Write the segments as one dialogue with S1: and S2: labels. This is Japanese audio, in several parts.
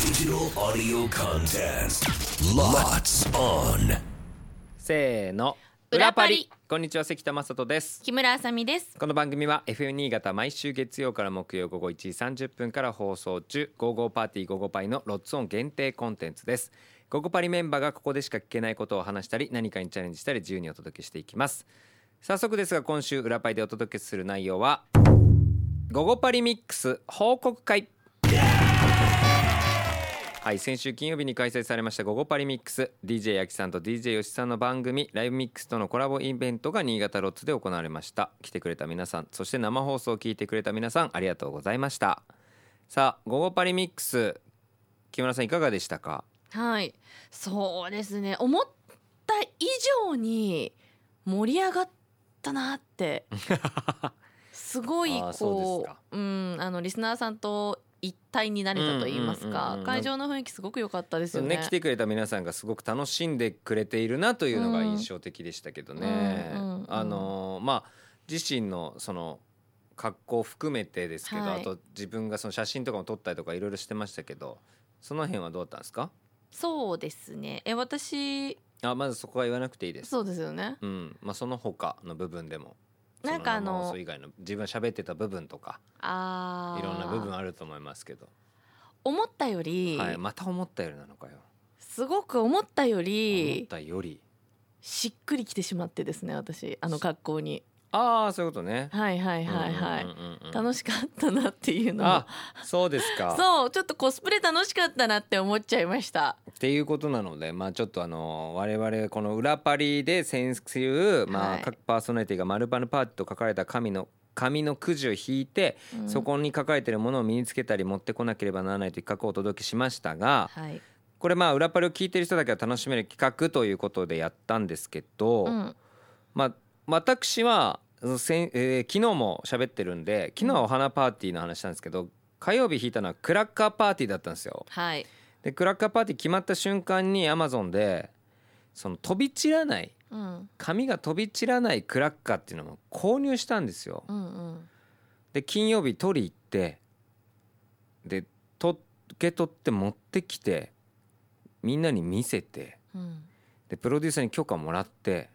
S1: Digital audio contest. Lots on.
S2: せーの、
S3: 裏パリ。
S2: こんにちは、関田正人です。
S3: 木村あさみです。
S2: この番組は FM 新潟毎週月曜から木曜午後1時30分から放送中、ゴーゴーパーティーゴーゴーパイのロッツオン限定コンテンツです。ゴーゴーパリメンバーがここでしか聞けないことを話したり、何かにチャレンジしたり、自由にお届けしていきます。早速ですが、今週裏パイでお届けする内容はゴーゴーパリミックス報告会。はい、先週金曜日に開催されましたゴゴパリミックス、 DJ やきさんと DJ よしさんの番組ライブミックスとのコラボイベントが新潟ロッツで行われました。来てくれた皆さん、そして生放送を聞いてくれた皆さん、ありがとうございました。さあ、ゴゴパリミックス、木村さんいかがでしたか？
S3: はい、そうですね、思った以上に盛り上がったなってすごいこう、リスナーさんと一体になれたと言いますか、会場の雰囲気すごく良かったですよね。
S2: 来てくれた皆さんがすごく楽しんでくれているなというのが印象的でしたけどね。自身のその格好含めてですけど、
S3: はい、
S2: あと自分がその写真とかも撮ったりとかいろいろしてましたけど、その辺はどうだったんですか？
S3: そうですね、私
S2: まずそこは言わなくていいです。
S3: そうですよね、
S2: その他の部分でも、
S3: なんか
S2: 生放送以外の自分が喋ってた部分とかいろんな部分あると思いますけど、
S3: 思ったより、
S2: はい、また思ったよりなのかよ。
S3: すごく思ったよ
S2: 思
S3: り
S2: ったより
S3: しっくりきてしまってですね、私格好に。
S2: そういうことね。
S3: はいはいはいはい、楽しかったなっていうのも。
S2: そうですか。
S3: そう、ちょっとコスプレ楽しかったなって思っちゃいました
S2: っていうことなので、ちょっと我々この裏パリで先週、各パーソナリティが丸パーティーと書かれた紙のくじを引いて、そこに書かれているものを身につけたり持ってこなければならないという企画をお届けしましたが、これ裏パリを聞いてる人だけが楽しめる企画ということでやったんですけど、私は昨日も喋ってるんで、昨日はお花パーティーの話したんですけど、火曜日引いたのはクラッカーパーティーだったんですよ。でクラッカーパーティー決まった瞬間に Amazon でその飛び散らない、紙が飛び散らないクラッカーっていうのも購入したんですよ。で金曜日取り行って、で受け取って持ってきてみんなに見せて、でプロデューサーに許可もらって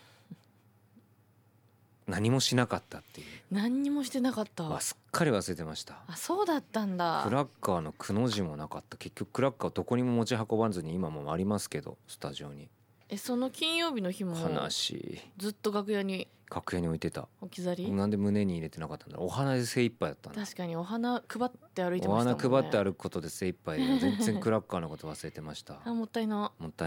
S2: 何もしなかったっていう。
S3: 何にもしてなかった。
S2: すっかり忘れてました。
S3: そうだったんだ。
S2: クラッカーのくの字もなかった。結局クラッカーどこにも持ち運ばずに今もありますけど、スタジオに。
S3: その金曜日の日も
S2: 悲しい。
S3: ずっと楽屋に
S2: 置いてた。
S3: 置き去り。
S2: なんで胸に入れてなかったんだろう。お花で精一杯だったんだ。
S3: 確かにお花配って歩いてましたもんね。
S2: お花配って歩くことで精一杯で全然クラッカーのこと忘れてました
S3: もったいない。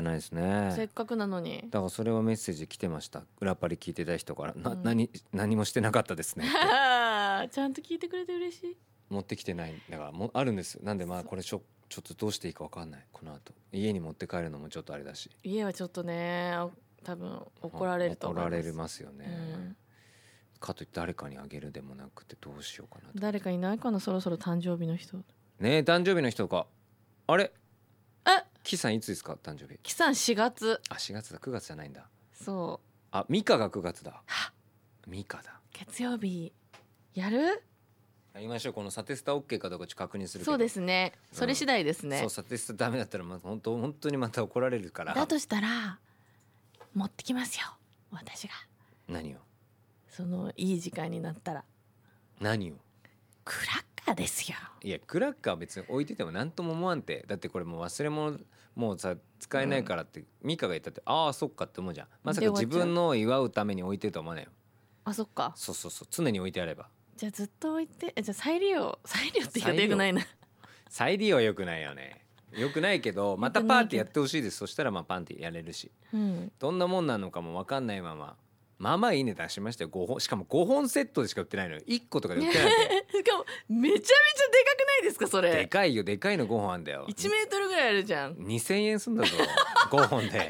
S2: ですね。
S3: せっかくなのに。
S2: だからそれはメッセージ来てました。裏パリ聞いてた人から、何もしてなかったですね
S3: ちゃんと聞いてくれて嬉しい。
S2: 持ってきてない。だからあるんです。なんでこれちょっとどうしていいか分かんない。この後家に持って帰るのもちょっとあれだし。
S3: 家はちょっとね、多分怒られると思います。
S2: 怒られますよね、かといって誰かにあげるでもなくてどうしようかな。
S3: 誰かいないかな、そろそろ誕生日の人
S2: ね。誕生日の人か。あれキさんいつですか誕生日？
S3: キさん4月。
S2: 4月だ。9月じゃないんだ。
S3: そう。
S2: ミカが9月だ。ミカだ。
S3: 月曜日やる？
S2: やりましょう。このサテスタ OK かどうか確認するけど。
S3: そうですね、それ次第ですね。
S2: そう、サテスタダメだったら本当にまた怒られるから。
S3: だとしたら持ってきますよ、私が。
S2: 何を？
S3: そのいい時間になったら。
S2: 何を？
S3: クラッカーですよ。
S2: いや、クラッカーは別に置いてても何とも思わんて。だってこれもう忘れ物もうさ使えないからってミカが言ったって、そっかって思うじゃん。まさか自分のを祝うために置いてると思わないよ。
S3: そっか。
S2: そう常に置いてあれば。
S3: じゃあずっと置いて、じゃあ再利用って言い方よくないな。
S2: 再利用はよくないよね。よくないけど、またパーティーやってほしいです。そしたらパーティーやれるし、どんなもんなのかも分かんないままいいね出しましたよ。5本、しかも5本セットでしか売ってないのよ。1個とかで売ってないのよ
S3: しかもめちゃめちゃでかくないですかそれ。
S2: でかいよ。でかいの5本あんだよ。
S3: 1メートルぐらいあるじゃん。
S2: 2000円すんだぞ5本で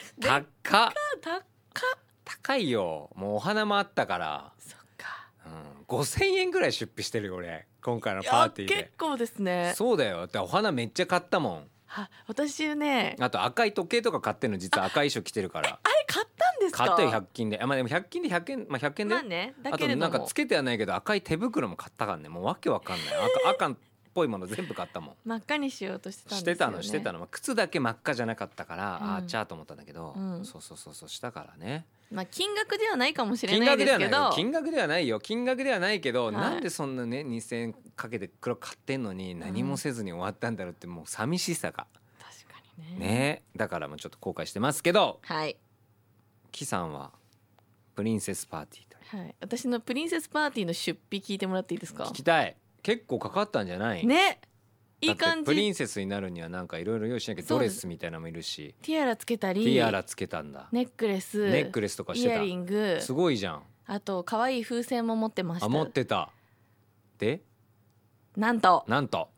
S2: 高いよ。もうお花もあったから。
S3: そっか、
S2: 5000円ぐらい出費してるよ俺今回のパーティーで。
S3: 結構ですね。
S2: そうだよ。だってお花めっちゃ買ったもん。
S3: 私ね、
S2: あと赤い時計とか買ってんの。実は赤い衣装着てるから。
S3: あれ買ったんですか？
S2: 買ったよ100均で。でも100均で100円、100円で、
S3: だけれども、
S2: あとなんかつけてはないけど赤い手袋も買ったからね。もうわけわかんない赤ぽいもの全部買ったもん。
S3: 真っ赤にしようとしてたんですよね。
S2: してたの、靴だけ真っ赤じゃなかったから、
S3: うん
S2: あーちゃーと思ったんだけど、
S3: うん
S2: そうしたからね。
S3: まあ金額ではないかもしれないですけど、
S2: 金額ではないよ、金額ではないけど、
S3: はい
S2: なんでそんなね2000円かけて黒買ってんのに何もせずに終わったんだろうって、もう寂しさが
S3: 確かにね。
S2: ね。だからもうちょっと後悔してますけど、
S3: はい。
S2: キさんはプリンセスパーティーと
S3: はい。私のプリンセスパーティーの出費聞いてもらっていいですか
S2: 聞。きたい。結構かかったんじゃない？
S3: ね。いい
S2: だって
S3: 感じ。
S2: プリンセスになるにはなんかいろいろ用意しなきゃ、ドレスみたいなのもいるし、
S3: ティアラつけたり、
S2: ティアラつけたんだ、
S3: ネックレス、
S2: ネックレスとかしてた。
S3: イヤリング、
S2: すごいじゃん。
S3: あと可愛い風船も持ってました。
S2: あ、持ってた。で
S3: なんと
S2: なんと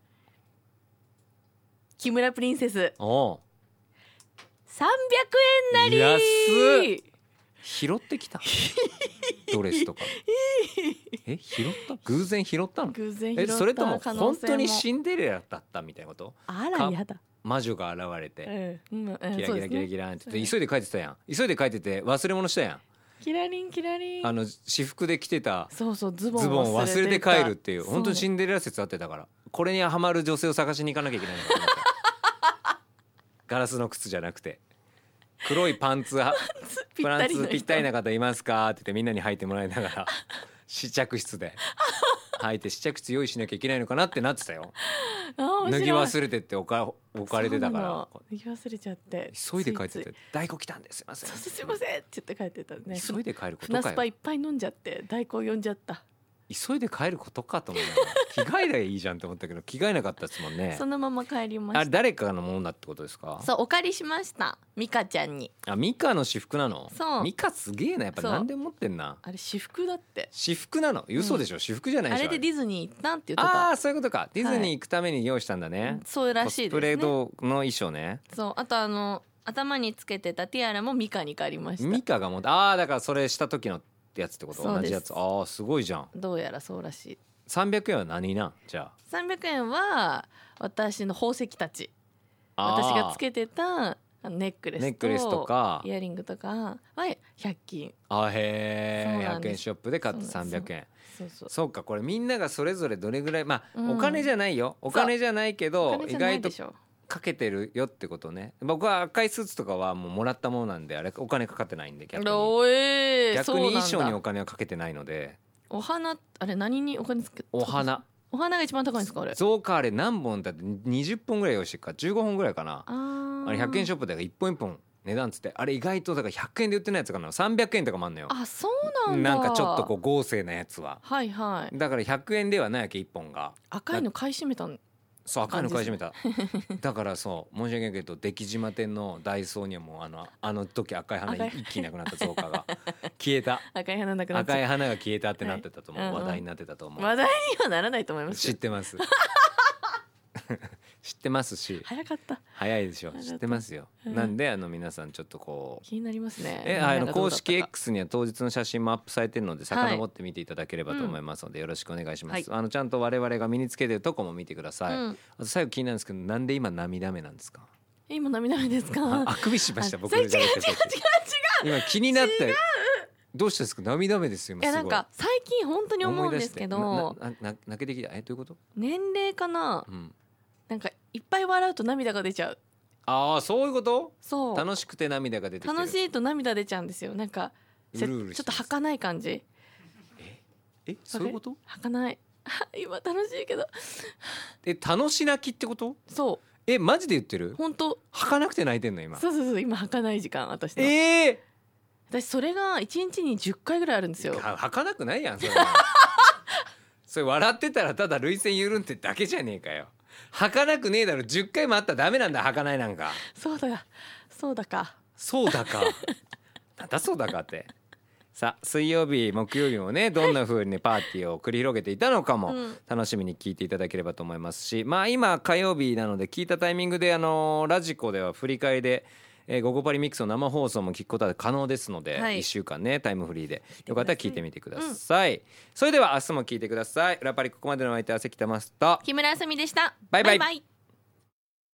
S3: 木村プリンセス
S2: おう
S3: 300円なり。
S2: 安っ。拾ってきたドレスとか拾った偶然拾ったの？
S3: 偶然拾った
S2: それとも
S3: 可能性
S2: 本当にシンデレラだったみたいなこと？
S3: あらやだ。
S2: 魔女が現れて、キラキラキラキラって急いで帰ってたやん。急いで帰ってて忘れ物したやん。
S3: キラリンキラリン。
S2: 私服で着てた
S3: そうそう、ズボン
S2: を忘れて帰るっていう、
S3: そう
S2: 本当にシンデレラ説あってたから、これにハマる女性を探しに行かなきゃいけないのかと思ったガラスの靴じゃなくて黒いパンツ
S3: ぴったりの人
S2: ぴったりな方いますかって言ってみんなに履いてもらいながら試着室で履いて試着室用意しなきゃいけないのかなってなってたよ。脱ぎ忘れてって置かれてたから
S3: 脱ぎ忘れちゃって
S2: 急いで帰って
S3: つい
S2: て「代行来たんですいません」
S3: すいませんって言って帰ってたね。
S2: 急いで帰ること
S3: 船スパい
S2: かよ。
S3: っぱい飲んじゃって代行呼んじゃった。
S2: 急いで帰ることかと思うながら着替えりゃいいじゃんって思ったけど着替えなかったですもんね。
S3: そのまま帰りま
S2: あれ
S3: した。
S2: 誰かのものだってことですか？
S3: そう、お借りしました、ミカちゃんに。
S2: あ、ミカの私服なの？
S3: そう
S2: ミカすげえな、やっぱ
S3: そう
S2: 何でも持ってんな。
S3: あれ私服だって。
S2: 私服なの？嘘でしょ、私服じゃないでしょ。
S3: あれでディズニー行ったんって言ってた。
S2: ああー、そういうことか。ディズニー行くために用意したんだね。
S3: そうらしいですね。
S2: コスプレの衣装ね。
S3: そう、あと頭につけてたティアラもミカに借りました。
S2: ミカが持って、ああだからそれした時のやつってこと？
S3: そうです
S2: 同じやつ。ああすごいじゃん。
S3: どうやらそうらしい。
S2: 300円は何なん？じゃ
S3: 300円は私の宝石たち。
S2: あ。
S3: 私がつけてたネックレスと
S2: か
S3: イヤリングとかは100均。
S2: あへえ。100
S3: そうなんです
S2: 円ショップで買って
S3: そうなんです
S2: 300円。
S3: そうそう。
S2: そうか、これみんながそれぞれどれぐらい、まあ、
S3: うん
S2: お金じゃないよ、お金じゃないけ
S3: お
S2: ど
S3: 金じゃ
S2: 意外と
S3: ないでしょ。
S2: かけてるよってことね。僕は赤いスーツとかはもうもらったものなんで、あれお金かかってないんで、逆に逆に衣装にお金はかけてないので。
S3: お花あれ何にお金つけ？
S2: お花
S3: が一番高いんですかあれ？
S2: ゾウかあれ何本だって20本ぐらい用意してるか15本ぐらいかな。
S3: あ
S2: れ100円シ
S3: ョッ
S2: ョップで1本1本値段つって、あれ意外とだから100円で売ってないやつかな、300円とかもあんのよ。
S3: あ、そうなんだ。
S2: なんかちょっとこう豪勢なやつは
S3: はいはい。
S2: だから100円ではないわけ1本が。
S3: 赤いの買い占めたん。
S2: そう、赤いの買い占めただからそう申し訳ないけど、出来島店のダイソーにはもうあの時赤い花一気になくなった増加が消えた。
S3: 赤い花なくなっちゃ
S2: 赤い花が消えたってなってたと思う、
S3: はい
S2: 話題になってたと思う。
S3: 話題にはならないと思いますよ。
S2: 知ってます知ってますし、
S3: 早かった。
S2: 早いでしょ、
S3: 早かった
S2: 知ってますよ。
S3: うん
S2: なんで皆さんちょっとこう
S3: 気になりますね。
S2: 公式
S3: みんながどうだったか
S2: X には当日の写真もアップされてるので、遡って見ていただければと思いますので、よろしくお願いします、ちゃんと我々が身につけてるとこも見てください、あと最後気になるんですけど、なんで今涙目なんですか？
S3: 今涙目ですか？
S2: あくびしました、僕
S3: 違う違う違う違う違う。
S2: 今気になってどうしたんですか？涙目ですよ
S3: いや
S2: 今すごい。
S3: なんか最近本当に思うんですけど、
S2: 泣けてきた。どういうこと？
S3: 年齢かな、
S2: うん
S3: なんかいっぱい笑うと涙が出ちゃう。
S2: ああそういうこと？
S3: そう。
S2: 楽しくて涙が出てきてる。
S3: 楽しいと涙出ちゃうんですよ。なんか
S2: うるうるしてます
S3: ちょっと儚い感じ。
S2: そういうこと？
S3: 儚い。今楽しいけど。
S2: 楽し泣きってこと？
S3: そ
S2: マジで言ってる？
S3: う。本当。
S2: 吐かなくて泣いてんの今？
S3: そうそうそう。今儚い時間私の。私それが1日に10回ぐらいあるんですよ。
S2: 吐かなくないやんそれそれ笑ってたらただ涙腺緩んってだけじゃねえかよ。吐かなくねえだろ。10回もあったらダメなんだ、吐かないなんか。
S3: そうだそうだか
S2: そうだかなんだそうだかって。さあ水曜日木曜日もね、どんな風にねパーティーを繰り広げていたのかも楽しみに聞いていただければと思いますし、まあ今火曜日なので聞いたタイミングでラジコでは振り返りでゴゴパリミックスの生放送も聞くことは可能ですので、1週間ねタイムフリーでよかったら聞いてみてください、それでは明日も聞いてください。裏パリここまでのお相手は関田マスと
S3: 木村あさみでした。
S2: バイバイ
S3: バイバイ。